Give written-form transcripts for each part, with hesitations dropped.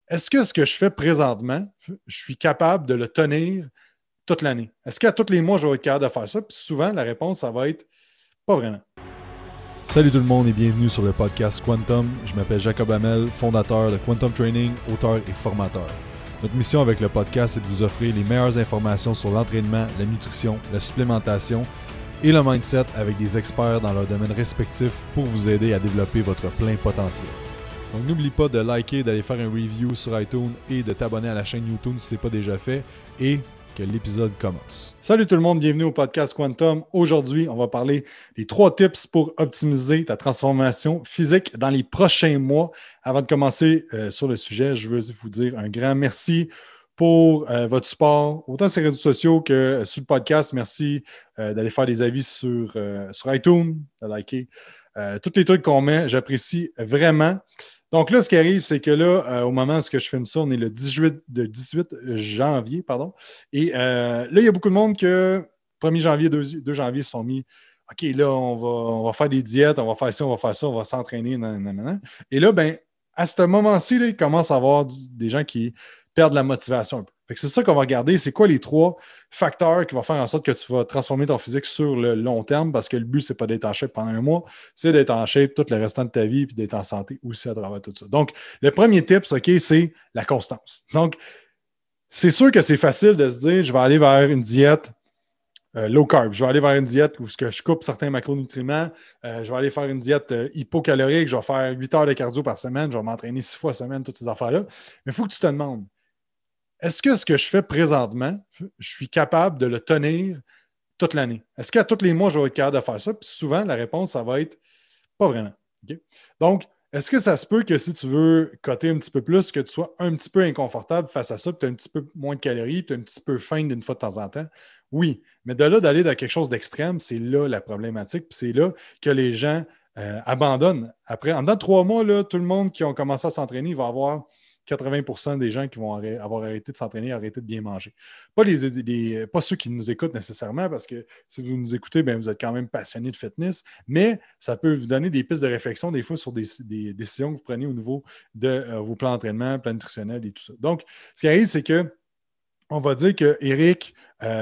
Est-ce que ce que je fais présentement, je suis capable de le tenir toute l'année? Est-ce qu'à tous les mois, je vais être capable de faire ça? Puis souvent, la réponse, ça va être pas vraiment. Salut tout le monde et bienvenue sur le podcast Quantum. Je m'appelle Jacob Hamel, fondateur de Quantum Training, auteur et formateur. Notre mission avec le podcast est de vous offrir les meilleures informations sur l'entraînement, la nutrition, la supplémentation et le mindset avec des experts dans leurs domaines respectifs pour vous aider à développer votre plein potentiel. Donc n'oublie pas de liker, d'aller faire un review sur iTunes et de t'abonner à la chaîne YouTube si ce n'est pas déjà fait et que l'épisode commence. Salut tout le monde, bienvenue au podcast Quantum. Aujourd'hui, on va parler des 3 tips pour optimiser ta transformation physique dans les prochains mois. Avant de commencer sur le sujet, je veux vous dire un grand merci pour votre support, autant sur les réseaux sociaux que sur le podcast. Merci d'aller faire des avis sur iTunes, de liker. Tous les trucs qu'on met, j'apprécie vraiment. Donc là, ce qui arrive, c'est que là, au moment où je filme ça, on est le 18 janvier, pardon. Et là, il y a beaucoup de monde que 1er janvier, 2 janvier se sont mis OK, là, on va faire des diètes, on va faire ça, on va faire ça, on va s'entraîner. Nanana. Et là, ben, à ce moment-ci, là, il commence à y avoir des gens qui perdent la motivation un peu. Fait que c'est ça qu'on va regarder. C'est quoi les 3 facteurs qui vont faire en sorte que tu vas transformer ton physique sur le long terme parce que le but, c'est pas d'être en shape pendant un mois, c'est d'être en shape tout le restant de ta vie et d'être en santé aussi à travers tout ça. Donc, le premier tip, OK, c'est la constance. Donc, c'est sûr que c'est facile de se dire, je vais aller vers une diète low carb. Je vais aller vers une diète où je coupe certains macronutriments. Je vais aller faire une diète hypocalorique. Je vais faire 8 heures de cardio par semaine. Je vais m'entraîner 6 fois semaine, toutes ces affaires-là. Mais il faut que tu te demandes, est-ce que ce que je fais présentement, je suis capable de le tenir toute l'année? Est-ce qu'à tous les mois, je vais être capable de faire ça? Puis souvent, la réponse, ça va être pas vraiment. Okay? Donc, est-ce que ça se peut que si tu veux coter un petit peu plus, que tu sois un petit peu inconfortable face à ça, puis tu as un petit peu moins de calories, puis tu as un petit peu faim d'une fois de temps en temps? Oui, mais de là d'aller dans quelque chose d'extrême, c'est là la problématique, puis c'est là que les gens abandonnent. Après, en dedans de 3 mois, là, tout le monde qui a commencé à s'entraîner, il va avoir 80% des gens qui vont avoir arrêté de s'entraîner, arrêté de bien manger. Pas ceux qui nous écoutent nécessairement, parce que si vous nous écoutez, bien, vous êtes quand même passionné de fitness, mais ça peut vous donner des pistes de réflexion des fois sur des décisions que vous prenez au niveau de vos plans d'entraînement, plans nutritionnels et tout ça. Donc, ce qui arrive, c'est que on va dire que Eric,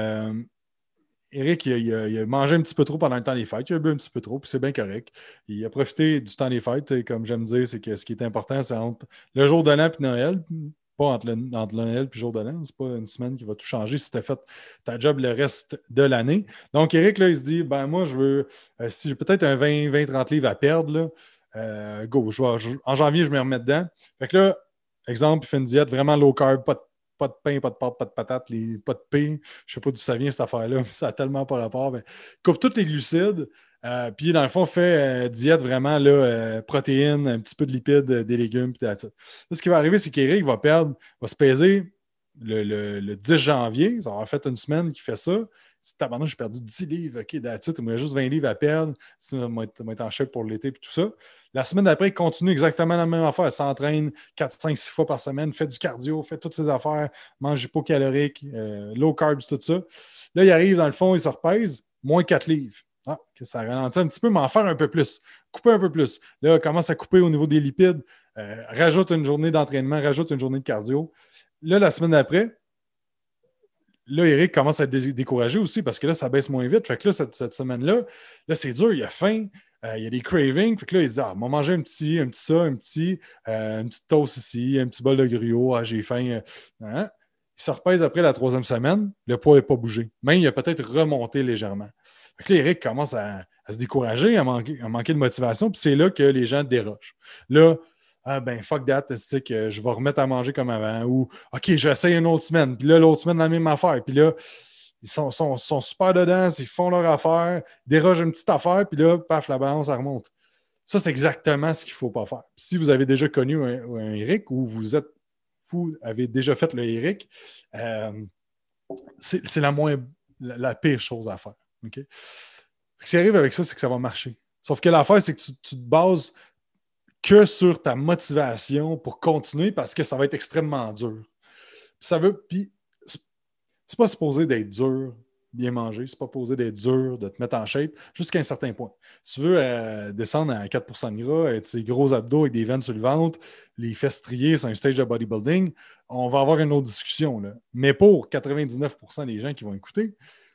il a mangé un petit peu trop pendant le temps des fêtes. Il a bu un petit peu trop, puis c'est bien correct. Il a profité du temps des fêtes. Comme j'aime dire, c'est que ce qui est important, c'est entre le jour de l'an et Noël. Pas entre Noël et le jour de l'an. C'est pas une semaine qui va tout changer si tu as fait ta job le reste de l'année. Donc, Eric, là, il se dit, ben moi, je veux, si j'ai peut-être un 20-30 livres à perdre, là, go, en janvier, je me remets dedans. Fait que là, exemple, il fait une diète vraiment low carb, pas de pain, pas de pâte, pas de patates, pas de pain. Je ne sais pas d'où ça vient cette affaire-là, mais ça n'a tellement pas rapport. Mais coupe tous les glucides, puis dans le fond, fait diète vraiment là, protéines, un petit peu de lipides, des légumes, puis tout. Là, ce qui va arriver, c'est qu'Éric va se peser le 10 janvier. Ça va avoir fait une semaine qu'il fait ça. Si tabarnak, j'ai perdu 10 livres, OK, that's it, il me reste juste 20 livres à perdre. Si on va être en shape pour l'été, puis tout ça. La semaine d'après, il continue exactement la même affaire. Il s'entraîne 4, 5, 6 fois par semaine, fait du cardio, fait toutes ses affaires, mange hypocalorique, low carbs, tout ça. Là, il arrive dans le fond, il se repèse, moins 4 livres. Ah, okay, ça ralentit un petit peu, mais en faire un peu plus. Couper un peu plus. Là, il commence à couper au niveau des lipides, rajoute une journée d'entraînement, rajoute une journée de cardio. Là, la semaine d'après, là, Eric commence à être découragé aussi parce que là, ça baisse moins vite. Fait que là, cette semaine-là, là, c'est dur, il y a faim, il y a des cravings. Fait que là, il se dit, on va manger un petit ça, une petite toast ici, un petit bol de gruau, j'ai faim. Hein? Il se repèse après la 3e semaine, le poids n'est pas bougé. Même, il a peut-être remonté légèrement. Fait que là, Eric commence à se décourager, à manquer de motivation, puis c'est là que les gens dérogent. Là, ah ben fuck that, c'est que je vais remettre à manger comme avant. Ou OK, j'essaie une autre semaine. Puis là, l'autre semaine, la même affaire. Puis là, ils sont super dedans, ils font leur affaire, dérogent une petite affaire, puis là, paf, la balance, ça remonte. Ça, c'est exactement ce qu'il ne faut pas faire. Puis si vous avez déjà connu un Eric ou vous avez déjà fait le Eric, c'est la pire chose à faire. Okay? Ce qui arrive avec ça, c'est que ça va marcher. Sauf que l'affaire, c'est que tu te bases que sur ta motivation pour continuer parce que ça va être extrêmement dur. Puis c'est pas supposé d'être dur bien manger, c'est pas posé d'être dur, de te mettre en shape, jusqu'à un certain point. Si tu veux descendre à 4% de gras, être ces gros abdos avec des veines sur le ventre, les fesses striées sur un stage de bodybuilding, on va avoir une autre discussion. Là. Mais pour 99% des gens qui vont écouter,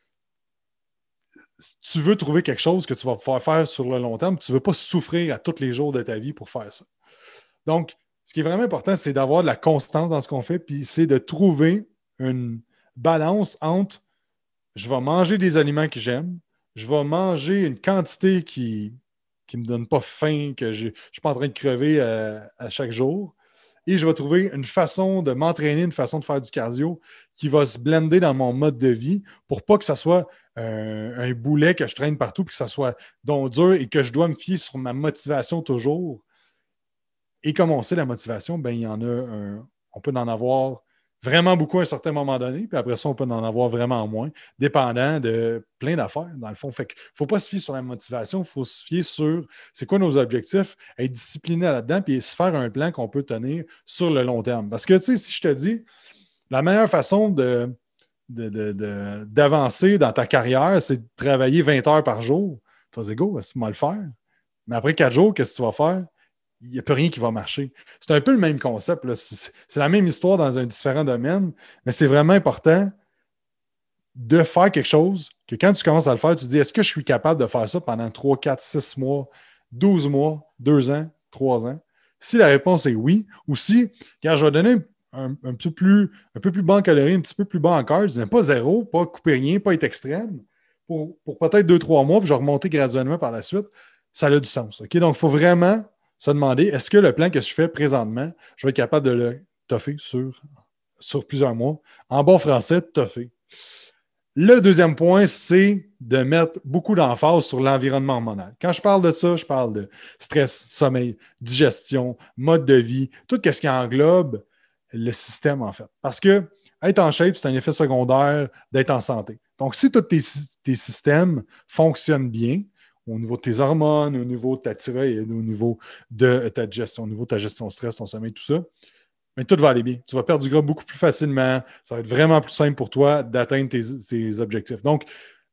si tu veux trouver quelque chose que tu vas pouvoir faire sur le long terme, tu ne veux pas souffrir à tous les jours de ta vie pour faire ça. Donc, ce qui est vraiment important, c'est d'avoir de la constance dans ce qu'on fait, puis c'est de trouver une balance entre je vais manger des aliments que j'aime, je vais manger une quantité qui ne me donne pas faim, que je ne suis pas en train de crever à chaque jour, et je vais trouver une façon de m'entraîner, une façon de faire du cardio qui va se blender dans mon mode de vie pour pas que ça soit un boulet que je traîne partout, puis que ça soit donc dur et que je dois me fier sur ma motivation toujours. Et comme on sait, la motivation, ben, il y en a on peut en avoir vraiment beaucoup à un certain moment donné, puis après ça, on peut en avoir vraiment moins, dépendant de plein d'affaires, dans le fond. Fait qu'il ne faut pas se fier sur la motivation, il faut se fier sur c'est quoi nos objectifs, être discipliné là-dedans, puis se faire un plan qu'on peut tenir sur le long terme. Parce que, tu sais, si je te dis, la meilleure façon d'avancer dans ta carrière, c'est de travailler 20 heures par jour. Tu vas dire, go, c'est mal le faire. Mais après 4 jours, qu'est-ce que tu vas faire? Il n'y a plus rien qui va marcher. C'est un peu le même concept. Là. C'est la même histoire dans un différent domaine, mais c'est vraiment important de faire quelque chose que quand tu commences à le faire, tu te dis est-ce que je suis capable de faire ça pendant 3, 4, 6 mois, 12 mois, 2 ans, 3 ans? Si la réponse est oui, ou si, quand je vais donner un peu plus bas en calories, un petit peu plus bas en carbs, mais pas zéro, pas couper rien, pas être extrême, pour peut-être 2, 3 mois, puis je vais remonter graduellement par la suite, ça a du sens. OK? Donc, il faut vraiment se demander est-ce que le plan que je fais présentement, je vais être capable de le toffer sur plusieurs mois. En bon français, toffer. Le deuxième point, c'est de mettre beaucoup d'emphase sur l'environnement hormonal. Quand je parle de ça, je parle de stress, sommeil, digestion, mode de vie, tout ce qui englobe le système, en fait. Parce que être en shape, c'est un effet secondaire d'être en santé. Donc, si tous tes systèmes fonctionnent bien, au niveau de tes hormones, au niveau de ta thyroïde, au niveau de ta digestion, au niveau de ta gestion de stress, ton sommeil, tout ça, mais tout va aller bien. Tu vas perdre du gras beaucoup plus facilement. Ça va être vraiment plus simple pour toi d'atteindre tes objectifs. Donc,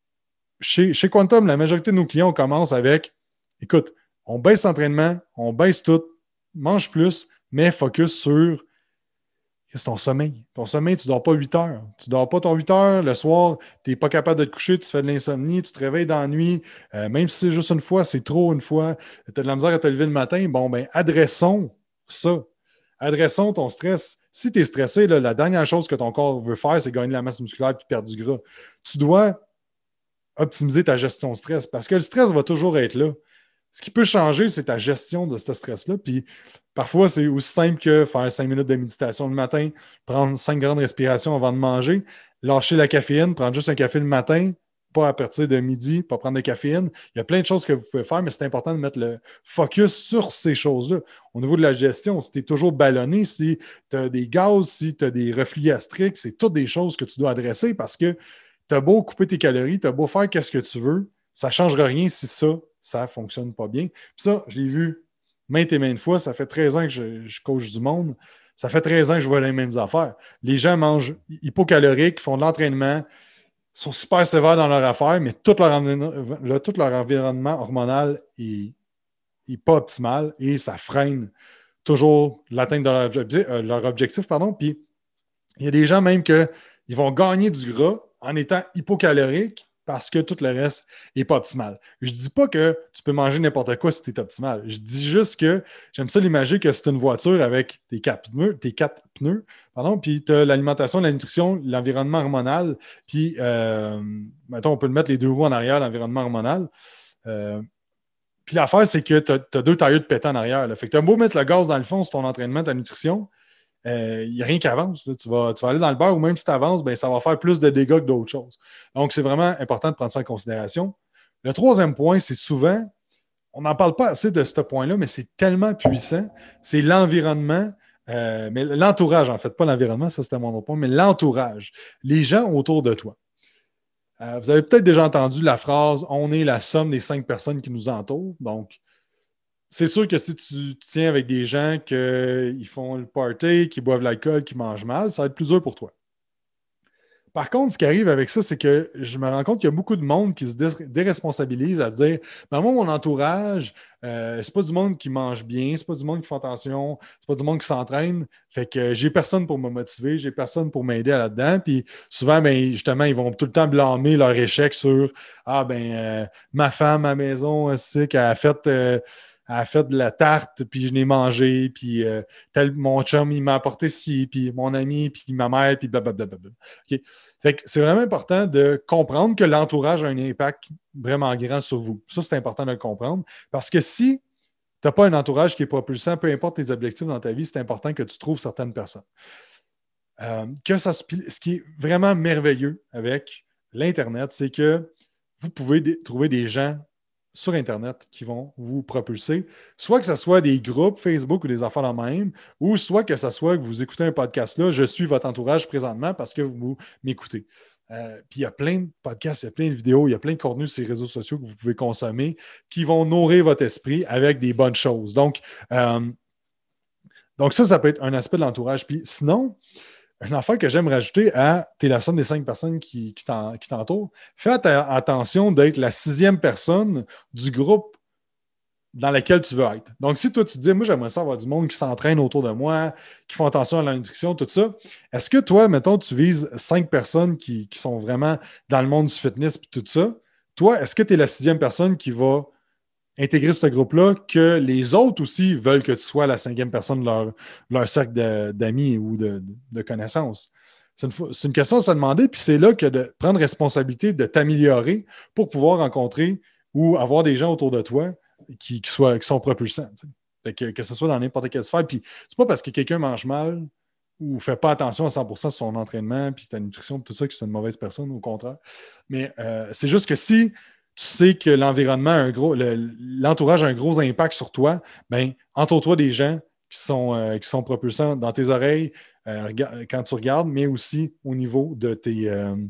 chez Quantum, la majorité de nos clients, on commence avec écoute, on baisse l'entraînement, on baisse tout, mange plus, mais focus sur c'est ton sommeil. Ton sommeil, tu ne dors pas 8 heures. Tu ne dors pas ton 8 heures. Le soir, tu n'es pas capable de te coucher, tu fais de l'insomnie, tu te réveilles dans la nuit. Même si c'est juste une fois, c'est trop une fois. Tu as de la misère à te lever le matin. Bon, ben, adressons ça. Adressons ton stress. Si tu es stressé, là, la dernière chose que ton corps veut faire, c'est gagner de la masse musculaire et perdre du gras. Tu dois optimiser ta gestion de stress parce que le stress va toujours être là. Ce qui peut changer, c'est ta gestion de ce stress-là. Puis parfois, c'est aussi simple que faire 5 minutes de méditation le matin, prendre 5 grandes respirations avant de manger, lâcher la caféine, prendre juste un café le matin, pas à partir de midi, pas prendre de caféine. Il y a plein de choses que vous pouvez faire, mais c'est important de mettre le focus sur ces choses-là. Au niveau de la gestion, si tu es toujours ballonné, si tu as des gaz, si tu as des reflux gastriques, c'est toutes des choses que tu dois adresser parce que tu as beau couper tes calories, tu as beau faire ce que tu veux, ça ne changera rien si ça ne fonctionne pas bien. Puis ça, je l'ai vu maintes et maintes fois. Ça fait 13 ans que je coach du monde. Ça fait 13 ans que je vois les mêmes affaires. Les gens mangent hypocaloriques, font de l'entraînement, sont super sévères dans leur affaire, mais tout leur environnement hormonal est pas optimal et ça freine toujours l'atteinte de leur objectif. Pardon. Puis il y a des gens même qu'ils vont gagner du gras en étant hypocaloriques parce que tout le reste n'est pas optimal. Je ne dis pas que tu peux manger n'importe quoi si tu es optimal. Je dis juste que j'aime ça l'imaginer que c'est une voiture avec tes quatre pneus puis tu as l'alimentation, la nutrition, l'environnement hormonal, puis mettons, on peut le mettre les deux roues en arrière, l'environnement hormonal. Puis l'affaire, c'est que tu as deux tailleurs de pétant en arrière. Là. Fait que tu as beau mettre le gaz dans le fond sur ton entraînement, ta nutrition, il n'y a rien qui avance. Là. Tu vas aller dans le beurre ou même si tu avances, ben, ça va faire plus de dégâts que d'autres choses. Donc, c'est vraiment important de prendre ça en considération. Le troisième point, c'est souvent, on n'en parle pas assez de ce point-là, mais c'est tellement puissant, c'est l'environnement, mais l'entourage, en fait, pas l'environnement, ça c'était mon autre point, mais l'entourage, les gens autour de toi. Vous avez peut-être déjà entendu la phrase « on est la somme des 5 personnes qui nous entourent ». Donc, c'est sûr que si tu tiens avec des gens qui font le party, qui boivent l'alcool, qui mangent mal, ça va être plus dur pour toi. Par contre, ce qui arrive avec ça, c'est que je me rends compte qu'il y a beaucoup de monde qui se déresponsabilise à se dire ben moi, mon entourage, c'est pas du monde qui mange bien, c'est pas du monde qui fait attention, c'est pas du monde qui s'entraîne. Fait que j'ai personne pour me motiver, j'ai personne pour m'aider là-dedans. Puis souvent, ben, justement, ils vont tout le temps blâmer leur échec sur ah ben ma femme à la maison, c'est qu'elle a fait. Elle a fait de la tarte, puis je l'ai mangé, puis mon chum, il m'a apporté ci, puis mon ami, puis ma mère, puis blablabla. OK? Fait que c'est vraiment important de comprendre que l'entourage a un impact vraiment grand sur vous. Ça, c'est important de le comprendre. Parce que si tu n'as pas un entourage qui est propulsant, peu importe tes objectifs dans ta vie, c'est important que tu trouves certaines personnes. Ce qui est vraiment merveilleux avec l'Internet, c'est que vous pouvez trouver des gens sur Internet qui vont vous propulser, soit que ce soit des groupes Facebook ou des affaires de même, ou soit que ce soit que vous écoutez un podcast là, je suis votre entourage présentement parce que vous m'écoutez. Puis il y a plein de podcasts, il y a plein de vidéos, il y a plein de contenus sur les réseaux sociaux que vous pouvez consommer qui vont nourrir votre esprit avec des bonnes choses. Donc ça peut être un aspect de l'entourage. Puis sinon, une affaire que j'aime rajouter à t'es la somme des 5 personnes qui t'entourent. Fais attention d'être la 6e personne du groupe dans lequel tu veux être. Donc, si toi, tu te dis, moi, j'aimerais ça avoir du monde qui s'entraîne autour de moi, qui font attention à la nutrition, tout ça, est-ce que toi, mettons, tu vises 5 personnes qui sont vraiment dans le monde du fitness et tout ça, toi, est-ce que tu es la 6e personne qui va intégrer ce groupe-là, que les autres aussi veulent que tu sois la 5e personne de leur cercle d'amis ou de connaissances? C'est une question à se demander, puis c'est là que de prendre responsabilité de t'améliorer pour pouvoir rencontrer ou avoir des gens autour de toi qui sont propulsants. Que ce soit dans n'importe quelle sphère. Puis c'est pas parce que quelqu'un mange mal ou ne fait pas attention à 100% sur son entraînement, puis sa nutrition, tout ça, que c'est une mauvaise personne, au contraire. Mais c'est juste que si tu sais que l'environnement l'entourage a un gros impact sur toi, ben entoure-toi des gens qui sont propulsants dans tes oreilles quand tu regardes, mais aussi au niveau de tes...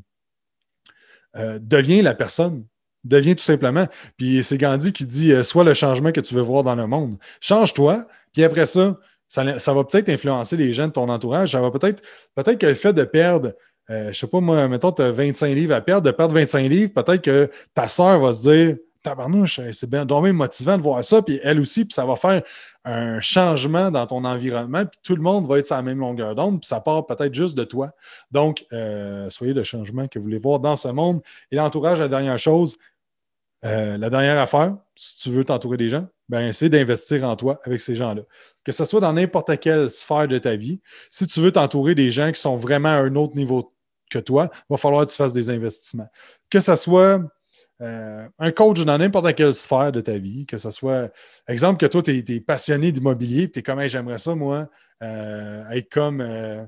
deviens la personne. Deviens tout simplement. Puis c'est Gandhi qui dit sois le changement que tu veux voir dans le monde. Change-toi, puis après ça va peut-être influencer les gens de ton entourage. Ça va peut-être que le fait de perdre, je ne sais pas moi, mettons, tu as 25 livres à perdre, de perdre 25 livres, peut-être que ta soeur va se dire tabarnouche, c'est bien dormir motivant de voir ça, puis elle aussi, puis ça va faire un changement dans ton environnement, puis tout le monde va être sur la même longueur d'onde, puis ça part peut-être juste de toi. Donc, soyez le changement que vous voulez voir dans ce monde. Et l'entourage, la dernière chose, la dernière affaire, si tu veux t'entourer des gens, ben, c'est d'investir en toi avec ces gens-là. Que ce soit dans n'importe quelle sphère de ta vie, si tu veux t'entourer des gens qui sont vraiment à un autre niveau que toi, il va falloir que tu fasses des investissements. Que ce soit un coach dans n'importe quelle sphère de ta vie, que ce soit, exemple, que toi, tu es passionné d'immobilier, tu es comme, hey, j'aimerais ça, moi, être comme,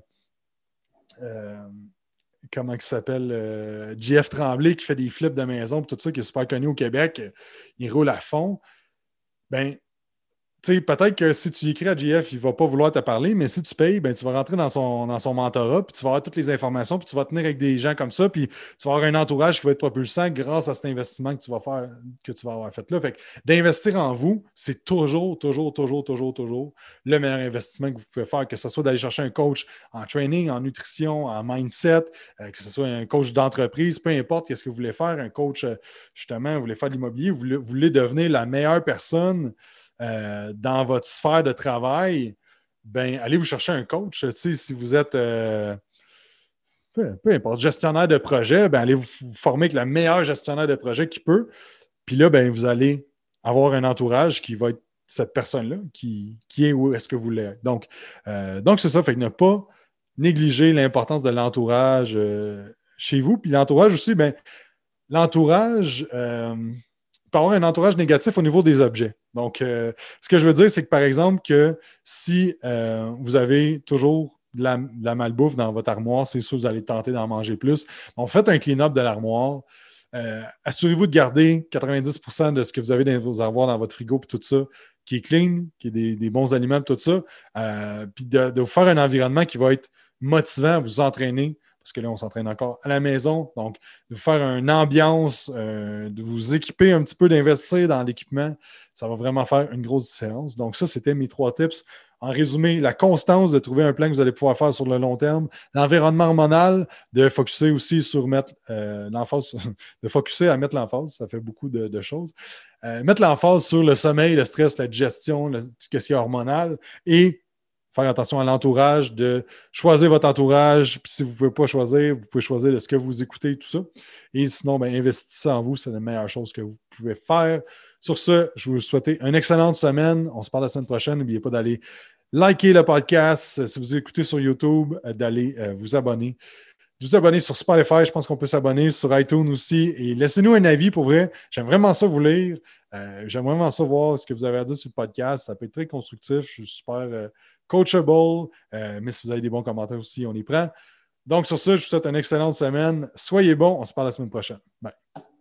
comment il s'appelle, JF Tremblay qui fait des flips de maison, tout ça, qui est super connu au Québec, il roule à fond. Ben, tu sais, peut-être que si tu écris à JF, il ne va pas vouloir te parler, mais si tu payes, ben, tu vas rentrer dans son mentorat, puis tu vas avoir toutes les informations, puis tu vas tenir avec des gens comme ça, puis tu vas avoir un entourage qui va être propulsant grâce à cet investissement que tu vas faire, que tu vas avoir fait là. Fait que d'investir en vous, c'est toujours, toujours, toujours, toujours, toujours le meilleur investissement que vous pouvez faire, que ce soit d'aller chercher un coach en training, en nutrition, en mindset, que ce soit un coach d'entreprise, peu importe qu'est-ce que vous voulez faire, un coach, justement, vous voulez faire de l'immobilier, vous voulez devenir la meilleure personne dans votre sphère de travail, ben, allez vous chercher un coach. Si vous êtes, peu importe, gestionnaire de projet, ben, allez vous former avec le meilleur gestionnaire de projet qui peut. Puis là, ben, vous allez avoir un entourage qui va être cette personne-là, qui est où est-ce que vous voulez être. Donc c'est ça. Fait que ne pas négliger l'importance de l'entourage chez vous. Puis l'entourage aussi, ben, l'entourage peut avoir un entourage négatif au niveau des objets. Donc, ce que je veux dire, c'est que, par exemple, que si vous avez toujours de la malbouffe dans votre armoire, c'est sûr que vous allez tenter d'en manger plus. Donc, faites un clean-up de l'armoire. Assurez-vous de garder 90% de ce que vous avez dans vos armoires, dans votre frigo, puis tout ça, qui est clean, qui est des bons aliments, tout ça. Puis de vous faire un environnement qui va être motivant à vous entraîner, parce que là, on s'entraîne encore à la maison. Donc, de vous faire une ambiance, de vous équiper un petit peu, d'investir dans l'équipement, ça va vraiment faire une grosse différence. Donc, ça, c'était mes 3 tips En résumé, la constance de trouver un plan que vous allez pouvoir faire sur le long terme, l'environnement hormonal, de focusser aussi sur mettre l'emphase, de focusser à mettre l'emphase, ça fait beaucoup de choses. Mettre l'emphase sur le sommeil, le stress, la digestion, ce qui est hormonal et faire attention à l'entourage, de choisir votre entourage. Puis si vous ne pouvez pas choisir, vous pouvez choisir de ce que vous écoutez, tout ça. Et sinon, ben, investissez en vous, c'est la meilleure chose que vous pouvez faire. Sur ce, je vous souhaite une excellente semaine. On se parle la semaine prochaine. N'oubliez pas d'aller liker le podcast. Si vous écoutez sur YouTube, d'aller vous abonner. De vous abonner sur Spotify, je pense qu'on peut s'abonner sur iTunes aussi. Et laissez-nous un avis pour vrai. J'aime vraiment ça vous lire. J'aime vraiment ça voir ce que vous avez à dire sur le podcast. Ça peut être très constructif. Je suis super coachable. Mais si vous avez des bons commentaires aussi, on y prend. Donc, sur ça, je vous souhaite une excellente semaine. Soyez bons. On se parle la semaine prochaine. Bye.